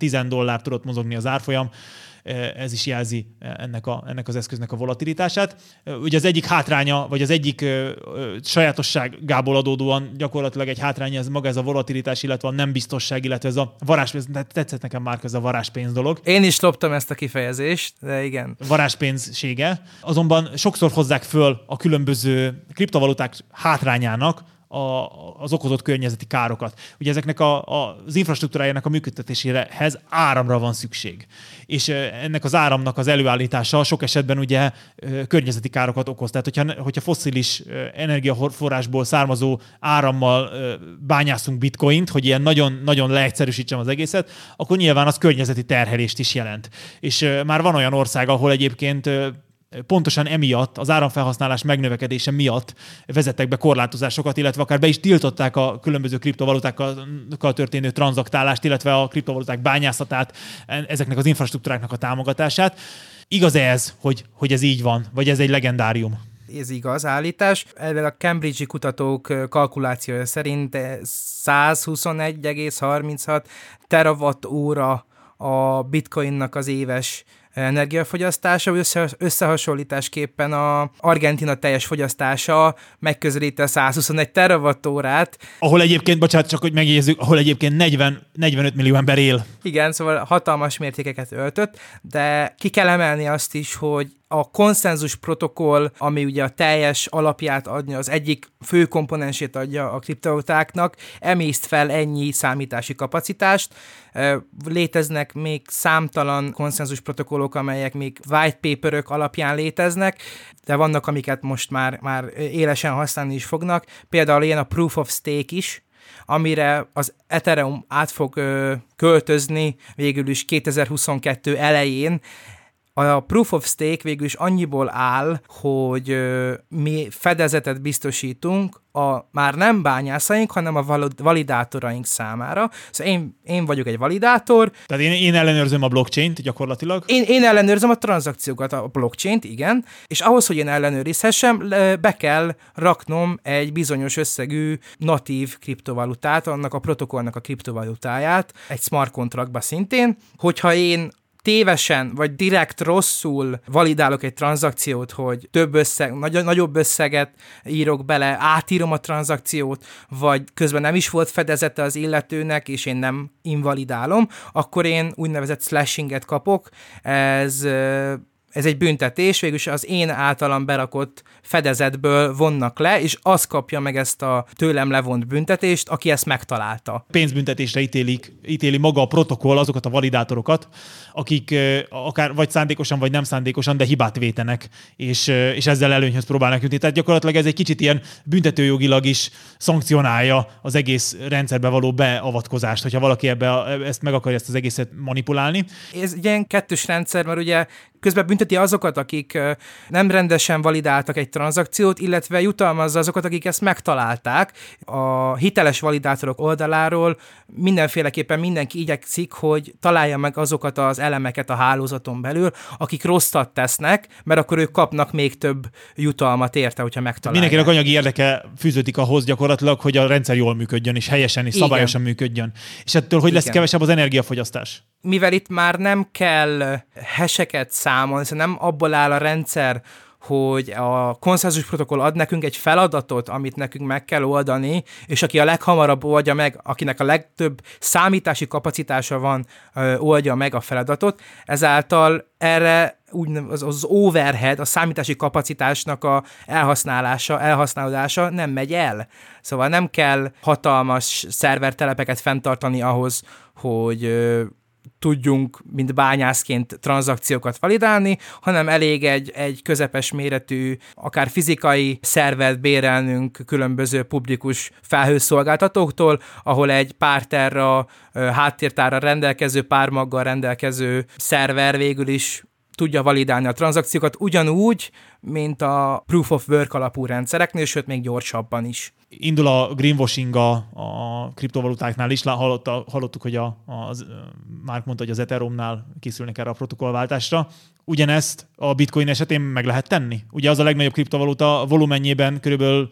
$10 tudott mozogni az árfolyam. Ez is jelzi ennek az eszköznek a volatilitását. Ugye az egyik hátránya, vagy az egyik sajátosságából adódóan gyakorlatilag egy hátránya ez maga ez a volatilitás, illetve a nem biztosság, illetve ez a varázspénz. Tetszett nekem már ez a varázspénz dolog. Én is loptam ezt a kifejezést, de igen. Varázspénzsége. Azonban sokszor hozzák föl a különböző kriptovaluták hátrányának az okozott környezeti károkat. Ugye ezeknek az infrastruktúrájának a működtetéséhez áramra van szükség. És ennek az áramnak az előállítása sok esetben ugye környezeti károkat okoz. Tehát hogyha fosszilis energiaforrásból származó árammal bányászunk bitcoint, hogy ilyen nagyon, nagyon leegyszerűsítsem az egészet, akkor nyilván az környezeti terhelést is jelent. És már van olyan ország, ahol egyébként pontosan emiatt, az áramfelhasználás megnövekedése miatt vezettek be korlátozásokat, illetve akár be is tiltották a különböző kriptovalutákkal történő tranzaktálást, illetve a kriptovaluták bányászatát, ezeknek az infrastruktúráknak a támogatását. Igaz ez, hogy ez így van, vagy ez egy legendárium? Ez igaz állítás. A Cambridge-i kutatók kalkulációja szerint 121,36 terawatt-óra a bitcoinnak az éves energiafogyasztása, összehasonlításképpen a Argentína teljes fogyasztása megközelíti a 121 terawatt-órát. Ahol egyébként, bocsánat, csak hogy megjegyezzük, ahol egyébként 45 millió ember él. Igen, szóval hatalmas mértékeket öltött, de ki kell emelni azt is, hogy a konszenzus protokoll, ami ugye a teljes alapját adja, az egyik fő komponensét adja a kriptovalutáknak, emészt fel ennyi számítási kapacitást. Léteznek még számtalan konszenzus protokollok, amelyek még white paperök alapján léteznek, de vannak, amiket most már élesen használni is fognak. Például ilyen a Proof of Stake is, amire az Ethereum át fog költözni végül is 2022 elején. A Proof of Stake végül is annyiból áll, hogy mi fedezetet biztosítunk a már nem bányászaink, hanem a validátoraink számára. Szóval én vagyok egy validátor. Tehát én ellenőrzöm a blockchain-t gyakorlatilag? Én ellenőrzöm a tranzakciókat, a blockchain-t, igen, és ahhoz, hogy én ellenőrizhessem, be kell raknom egy bizonyos összegű natív kriptovalutát, annak a protokollnak a kriptovalutáját, egy smart contractba szintén. Hogyha én tévesen, vagy direkt rosszul validálok egy tranzakciót, hogy nagyobb összeget írok bele, átírom a tranzakciót, vagy közben nem is volt fedezete az illetőnek, és én nem invalidálom, akkor én úgynevezett slashinget kapok. Ez egy büntetés, végülis az én általam berakott fedezetből vonnak le, és az kapja meg ezt a tőlem levont büntetést, aki ezt megtalálta. Pénzbüntetésre ítéli maga a protokoll azokat a validátorokat, akik akár vagy szándékosan, vagy nem szándékosan, de hibát vétenek, és ezzel előnyhöz próbálnak jutni. Tehát gyakorlatilag ez egy kicsit ilyen büntetőjogilag is szankcionálja az egész rendszerbe való beavatkozást, hogyha valaki ezt meg akarja ezt az egészet manipulálni. Ez egy ilyen kettős rendszer, mert ugye közben bünteti azokat, akik nem rendesen validáltak egy tranzakciót, illetve jutalmazza azokat, akik ezt megtalálták. A hiteles validátorok oldaláról mindenféleképpen mindenki igyekszik, hogy találja meg azokat az elemeket a hálózaton belül, akik rosszat tesznek, mert akkor ők kapnak még több jutalmat érte, hogyha megtalálják. Mindenkinek anyagi érdeke fűződik ahhoz gyakorlatilag, hogy a rendszer jól működjön, és helyesen és szabályosan működjön. És ettől, hogy lesz kevesebb az energiafogyasztás? Mivel itt már nem kell hasheket számolni, szóval nem abból áll a rendszer, hogy a konszenzus protokoll ad nekünk egy feladatot, amit nekünk meg kell oldani, és aki a leghamarabb oldja meg, akinek a legtöbb számítási kapacitása van, oldja meg a feladatot. Ezáltal erre az overhead, a számítási kapacitásnak a elhasználódása nem megy el. Szóval nem kell hatalmas szervertelepeket fenntartani ahhoz, hogy tudjunk, mint bányászként tranzakciókat validálni, hanem elég egy közepes méretű, akár fizikai szervert bérelnünk különböző publikus felhőszolgáltatóktól, ahol egy pár terra, háttértárral rendelkező, pár maggal rendelkező szerver végül is tudja validálni a tranzakciókat ugyanúgy, mint a Proof of Work alapú rendszereknél, sőt még gyorsabban is. Indul a greenwashing a kriptovalutáknál is. Hallottuk, hogy Mark mondta, hogy az Ethereumnál készülnek erre a protokollváltásra. Ugyanezt a Bitcoin esetén meg lehet tenni. Ugye az a legnagyobb kriptovaluta volumenjében körülbelül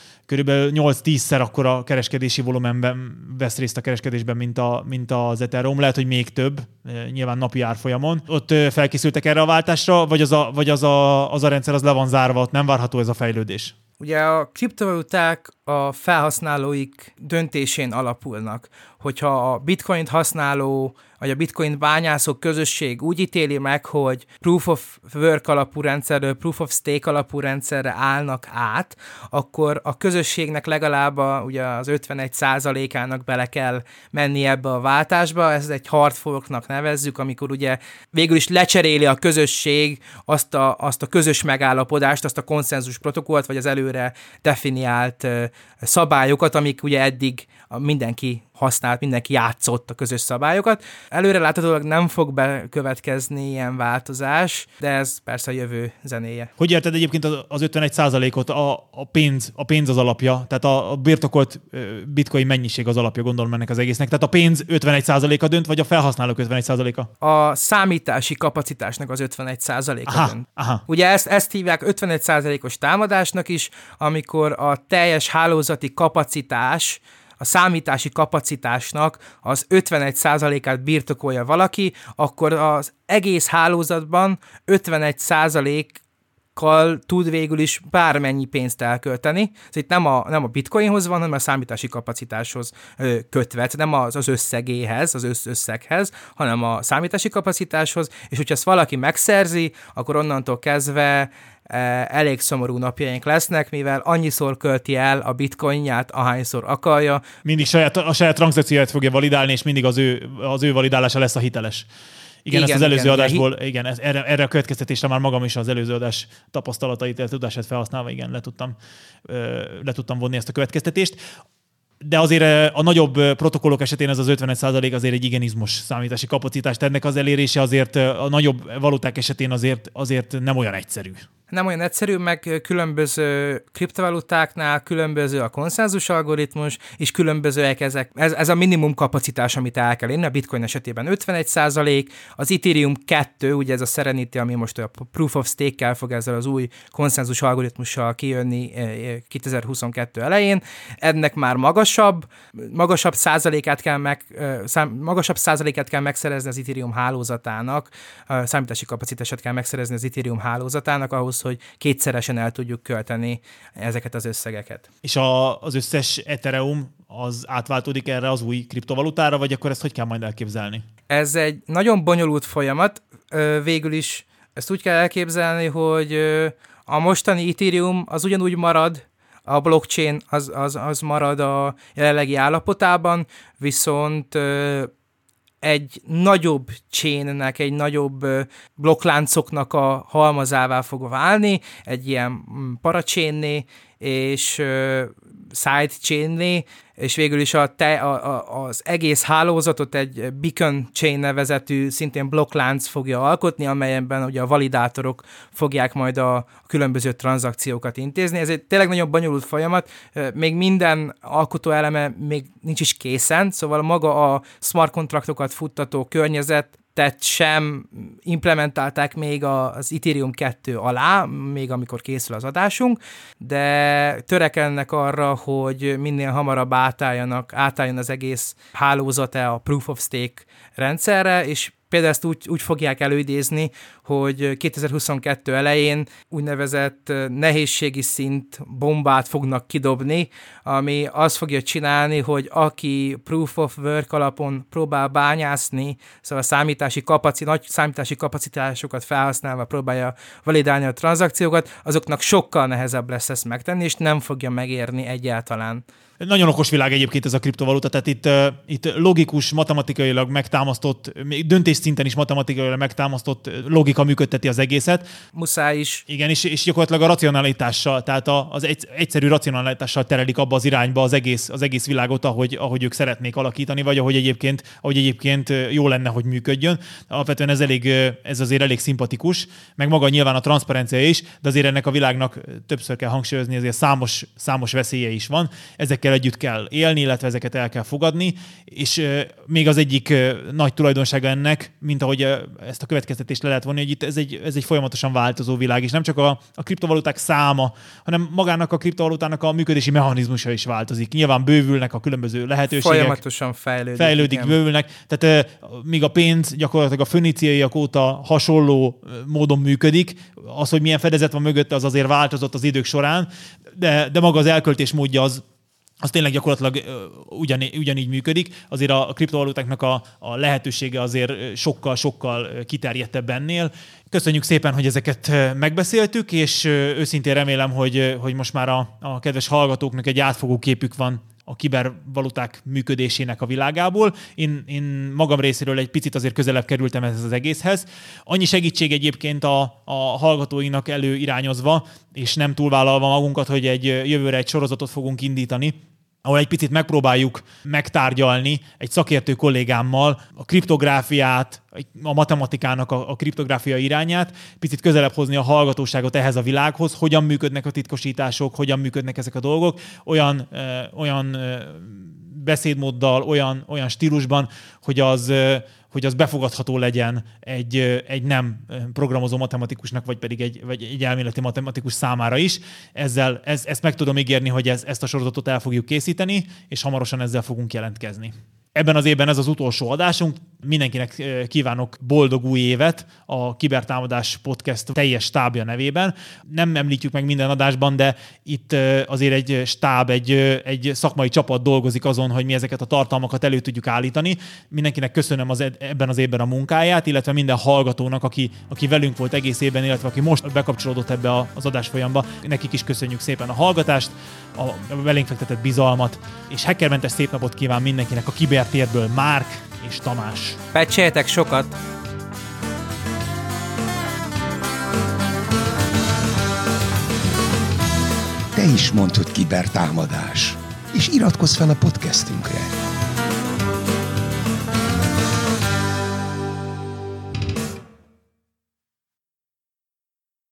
8-10-szer akkora kereskedési volumenben vesz részt a kereskedésben, mint az Ethereum. Lehet, hogy még több, nyilván napi árfolyamon. Ott felkészültek erre a váltásra, vagy az a rendszer az le van zárva, ott nem várható ez a fejlődés? Ugye a kriptovaluták a felhasználóik döntésén alapulnak. Hogyha a bitcoint használó, vagy a bitcoin bányászok közösség úgy ítéli meg, hogy Proof of Work alapú rendszerről Proof of Stake alapú rendszerre állnak át, akkor a közösségnek legalább ugye az 51%-ának bele kell menni ebbe a váltásba. Ez egy hard forknak nevezzük, amikor ugye végül is lecseréli a közösség azt a közös megállapodást, azt a konszenzus protokollt, vagy az előre definiált szabályokat, amik ugye eddig mindenki használt, mindenki játszott a közös szabályokat. Előre láthatólag nem fog bekövetkezni ilyen változás, de ez persze a jövő zenéje. Hogy érted egyébként az 51%-ot? A pénz az alapja, tehát a birtokolt bitcoin mennyiség az alapja, gondolom ennek az egésznek. Tehát a pénz 51%-a dönt, vagy a felhasználók 51%-a? A számítási kapacitásnak az 51%-a dönt. Aha. Ugye ezt hívják 51%-os támadásnak is, amikor a teljes hálózati kapacitás, a számítási kapacitásnak az 51%-át birtokolja valaki, akkor az egész hálózatban 51%-kal kal tud végül is bármennyi pénzt elkölteni. Ez itt nem a bitcoinhoz van, hanem a számítási kapacitáshoz kötve, nem az összegéhez, az összeghez, hanem a számítási kapacitáshoz, és hogyha ezt valaki megszerzi, akkor onnantól kezdve elég szomorú napjaink lesznek, mivel annyiszor költi el a bitcoinját, ahányszor akarja. Mindig a saját tranzakcióját fogja validálni, és mindig az ő validálása lesz a hiteles. Igen, ezt az előző adásból, erre a következtetésre már magam is az előző adás tapasztalatait, tudását felhasználva, le tudtam vonni ezt a következtetést. De azért a nagyobb protokollok esetén ez az 51% azért egy igen izmos számítási kapacitás. Ennek az elérése azért a nagyobb valuták esetén azért nem olyan egyszerű. Nem olyan egyszerű, meg különböző kriptovalutáknál különböző a konszenzus algoritmus, és különbözőek ezek. Ez a minimum kapacitás, amit el kell érni. A Bitcoin esetében 51%, az Ethereum 2, ugye ez a Serenity, ami most a Proof of Stake-kel fog ezzel az új konszenzus algoritmussal kijönni 2022 elején. Ennek már magasabb százalékát kell megszerezni az Ethereum hálózatának, a számítási kapacitását kell megszerezni az Ethereum hálózatának, ahhoz, hogy kétszeresen el tudjuk költeni ezeket az összegeket. És az összes Ethereum az átváltódik erre az új kriptovalutára, vagy akkor ezt hogy kell majd elképzelni? Ez egy nagyon bonyolult folyamat. Végül is ezt úgy kell elképzelni, hogy a mostani Ethereum az ugyanúgy marad, a blockchain az marad a jelenlegi állapotában, viszont egy nagyobb chainnek, egy nagyobb blokkláncoknak a halmazává fog válni, egy ilyen parachainné és sidechainné, és végül is az egész hálózatot egy beacon chain nevezetű szintén blokklánc fogja alkotni, amelyenben ugye a validátorok fogják majd a különböző tranzakciókat intézni. Ez egy tényleg nagyon bonyolult folyamat, még minden alkotóeleme még nincs is készen, szóval maga a smart kontraktokat futtató környezet sem implementálták még az Ethereum 2 alá, még amikor készül az adásunk, de törekednek arra, hogy minél hamarabb átálljon az egész hálózata a Proof of Stake rendszerre, és például ezt úgy fogják előidézni, hogy 2022 elején úgynevezett nehézségi szint bombát fognak kidobni, ami azt fogja csinálni, hogy aki Proof of Work alapon próbál bányászni, szóval nagy számítási kapacitásokat felhasználva próbálja validálni a tranzakciókat, azoknak sokkal nehezebb lesz ezt megtenni, és nem fogja megérni egyáltalán. Nagyon okos világ egyébként ez a kriptovaluta, tehát itt logikus, matematikailag megtámasztott, döntésszinten is matematikailag megtámasztott logika működteti az egészet. Muszáj is. Igen, és gyakorlatilag a racionalitással, tehát az egyszerű racionalitással terelik abba az irányba az egész világot, ahogy ők szeretnék alakítani, vagy ahogy egyébként jó lenne, hogy működjön. Alapvetően ez azért elég szimpatikus, meg maga nyilván a transzparencia is, de azért ennek a világnak többször kell hangsúlyozni, azért számos veszélye is van. Ezekkel együtt kell élni, illetve ezeket el kell fogadni, és még az egyik nagy tulajdonsága ennek, mint ahogy ezt a következtetést le lehet vonni, hogy itt ez egy folyamatosan változó világ, és nem csak a kriptovaluták száma, hanem magának a kriptovalutának a működési mechanizmusa is változik. Nyilván bővülnek a különböző lehetőségek. Folyamatosan fejlődik, bővülnek. Tehát míg a pénz gyakorlatilag a föníciaiak óta hasonló módon működik, az, hogy milyen fedezet van mögötte, az azért változott az idők során, de maga az elköltés módja az tényleg gyakorlatilag ugyanígy működik. Azért a kriptovalutáknak a lehetősége azért sokkal kiterjedtebb ennél. Köszönjük szépen, hogy ezeket megbeszéltük, és őszintén remélem, hogy most már a kedves hallgatóknak egy átfogó képük van a kibervaluták működésének a világából. Én magam részéről egy picit azért közelebb kerültem ehhez az egészhez. Annyi segítség egyébként a hallgatóinknak előirányozva, és nem túlvállalva magunkat, hogy jövőre egy sorozatot fogunk indítani, ahol egy picit megpróbáljuk megtárgyalni egy szakértő kollégámmal a kriptográfiát, a matematikának a kriptográfia irányát, picit közelebb hozni a hallgatóságot ehhez a világhoz, hogyan működnek a titkosítások, hogyan működnek ezek a dolgok, olyan beszédmóddal, olyan stílusban, hogy az befogadható legyen egy nem programozó matematikusnak, vagy pedig egy elméleti matematikus számára is. Ezt meg tudom ígérni, hogy ezt a sorozatot el fogjuk készíteni, és hamarosan ezzel fogunk jelentkezni. Ebben az évben ez az utolsó adásunk, Mindenkinek kívánok boldog új évet a Kibertámadás Podcast teljes stábja nevében. Nem említjük meg minden adásban, de itt azért egy stáb, egy szakmai csapat dolgozik azon, hogy mi ezeket a tartalmakat elő tudjuk állítani. Mindenkinek köszönöm ebben az évben a munkáját, illetve minden hallgatónak, aki velünk volt egész évben, illetve aki most bekapcsolódott ebbe az adásfolyamba. Nekik is köszönjük szépen a hallgatást, a belénk fektetett bizalmat, és hackermentes szép napot kíván mindenkinek a kibertérből Márk és Tamás. Pecseljetek sokat! Te is mondd, hogy kibertámadás, és iratkozz fel a podcastünkre.